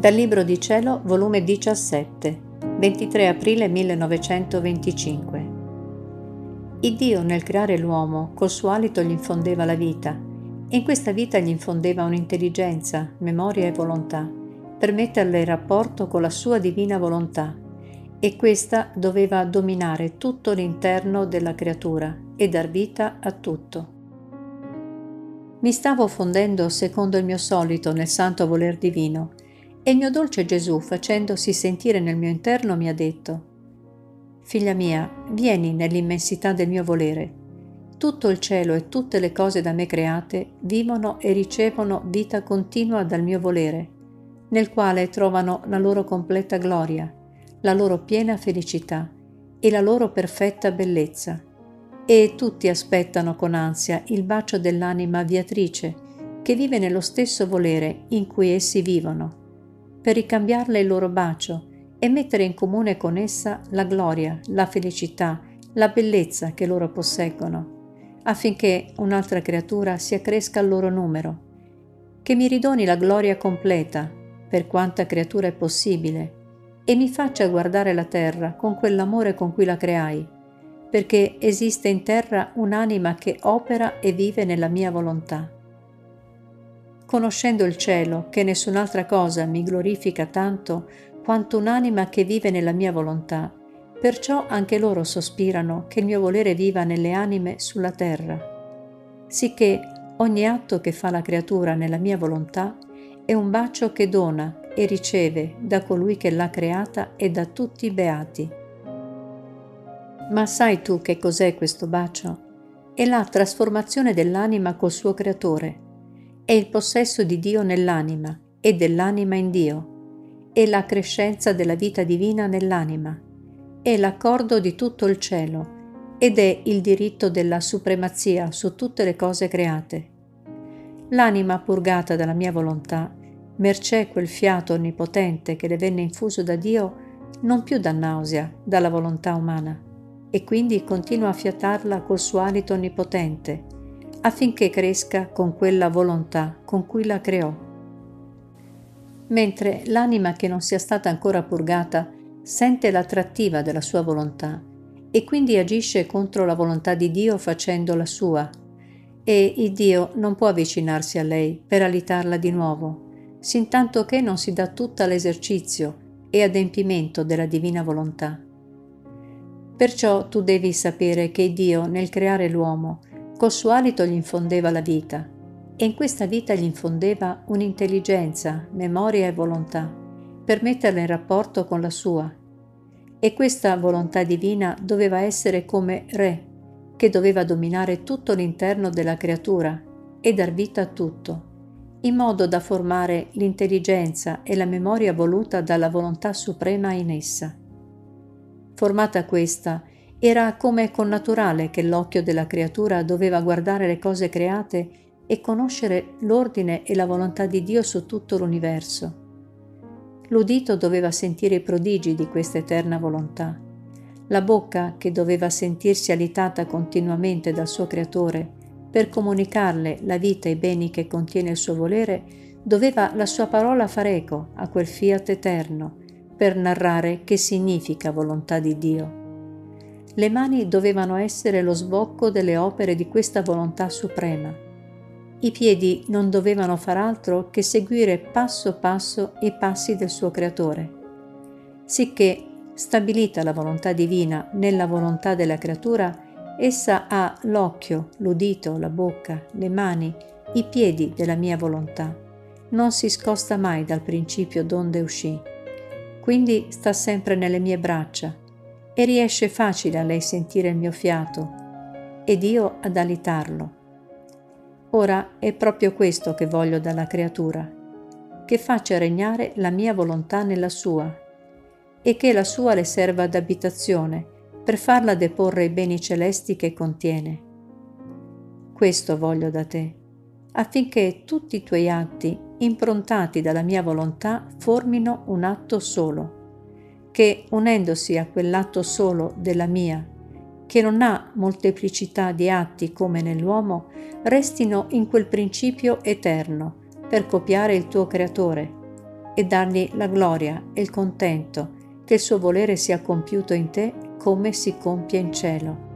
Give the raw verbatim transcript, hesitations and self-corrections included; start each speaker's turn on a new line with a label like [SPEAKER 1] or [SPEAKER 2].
[SPEAKER 1] Dal Libro di Cielo, volume diciassette, ventitré aprile millenovecentoventicinque. Iddio nel creare l'uomo col suo alito gli infondeva la vita, e in questa vita gli infondeva un'intelligenza, memoria e volontà, per metterla in rapporto con la sua divina volontà, e questa doveva dominare tutto l'interno della creatura e dar vita a tutto. Mi stavo fondendo secondo il mio solito nel santo voler divino, e il mio dolce Gesù, facendosi sentire nel mio interno, mi ha detto: «Figlia mia, vieni nell'immensità del mio volere. Tutto il cielo e tutte le cose da me create vivono e ricevono vita continua dal mio volere, nel quale trovano la loro completa gloria, la loro piena felicità e la loro perfetta bellezza, e tutti aspettano con ansia il bacio dell'anima avviatrice, che vive nello stesso volere in cui essi vivono, per ricambiarle il loro bacio e mettere in comune con essa la gloria, la felicità, la bellezza che loro posseggono, affinché un'altra creatura si accresca al loro numero, che mi ridoni la gloria completa, per quanta creatura è possibile, e mi faccia guardare la terra con quell'amore con cui la creai, perché esiste in terra un'anima che opera e vive nella mia volontà. Conoscendo il cielo, che nessun'altra cosa mi glorifica tanto quanto un'anima che vive nella mia volontà, perciò anche loro sospirano che il mio volere viva nelle anime sulla terra, sicché ogni atto che fa la creatura nella mia volontà è un bacio che dona e riceve da colui che l'ha creata e da tutti i beati. Ma sai tu che cos'è questo bacio? È la trasformazione dell'anima col suo creatore. È il possesso di Dio nell'anima e dell'anima in Dio. È la crescenza della vita divina nell'anima. È l'accordo di tutto il cielo ed è il diritto della supremazia su tutte le cose create. L'anima purgata dalla mia volontà, mercé quel fiato onnipotente che le venne infuso da Dio, non più dà nausea dalla volontà umana, e quindi continua a fiatarla col suo alito onnipotente, affinché cresca con quella volontà con cui la creò. Mentre l'anima che non sia stata ancora purgata sente l'attrattiva della sua volontà e quindi agisce contro la volontà di Dio facendo la sua, e il Dio non può avvicinarsi a lei per alitarla di nuovo, sintanto che non si dà tutta all'esercizio e adempimento della divina volontà. Perciò tu devi sapere che Dio, nel creare l'uomo, col suo alito gli infondeva la vita, e in questa vita gli infondeva un'intelligenza, memoria e volontà, per metterla in rapporto con la sua. E questa volontà divina doveva essere come Re, che doveva dominare tutto l'interno della creatura e dar vita a tutto, in modo da formare l'intelligenza e la memoria voluta dalla volontà suprema in essa. Formata questa, era come connaturale che l'occhio della creatura doveva guardare le cose create e conoscere l'ordine e la volontà di Dio su tutto l'universo. L'udito doveva sentire i prodigi di questa eterna volontà, la bocca, che doveva sentirsi alitata continuamente dal suo creatore per comunicarle la vita e i beni che contiene il suo volere, doveva la sua parola far eco a quel fiat eterno per narrare che significa volontà di Dio. Le mani dovevano essere lo sbocco delle opere di questa volontà suprema. I piedi non dovevano far altro che seguire passo passo i passi del suo creatore, sicché, stabilita la volontà divina nella volontà della creatura, essa ha l'occhio, l'udito, la bocca, le mani, i piedi della mia volontà. Non si scosta mai dal principio donde uscì. Quindi sta sempre nelle mie braccia, e riesce facile a lei sentire il mio fiato, ed io ad alitarlo. Ora è proprio questo che voglio dalla creatura, che faccia regnare la mia volontà nella sua, e che la sua le serva d'abitazione per farla deporre i beni celesti che contiene. Questo voglio da te, affinché tutti i tuoi atti, improntati dalla mia volontà, formino un atto solo, che, unendosi a quell'atto solo della mia, che non ha molteplicità di atti come nell'uomo, restino in quel principio eterno, per copiare il tuo creatore, e dargli la gloria e il contento che il suo volere sia compiuto in te come si compie in cielo.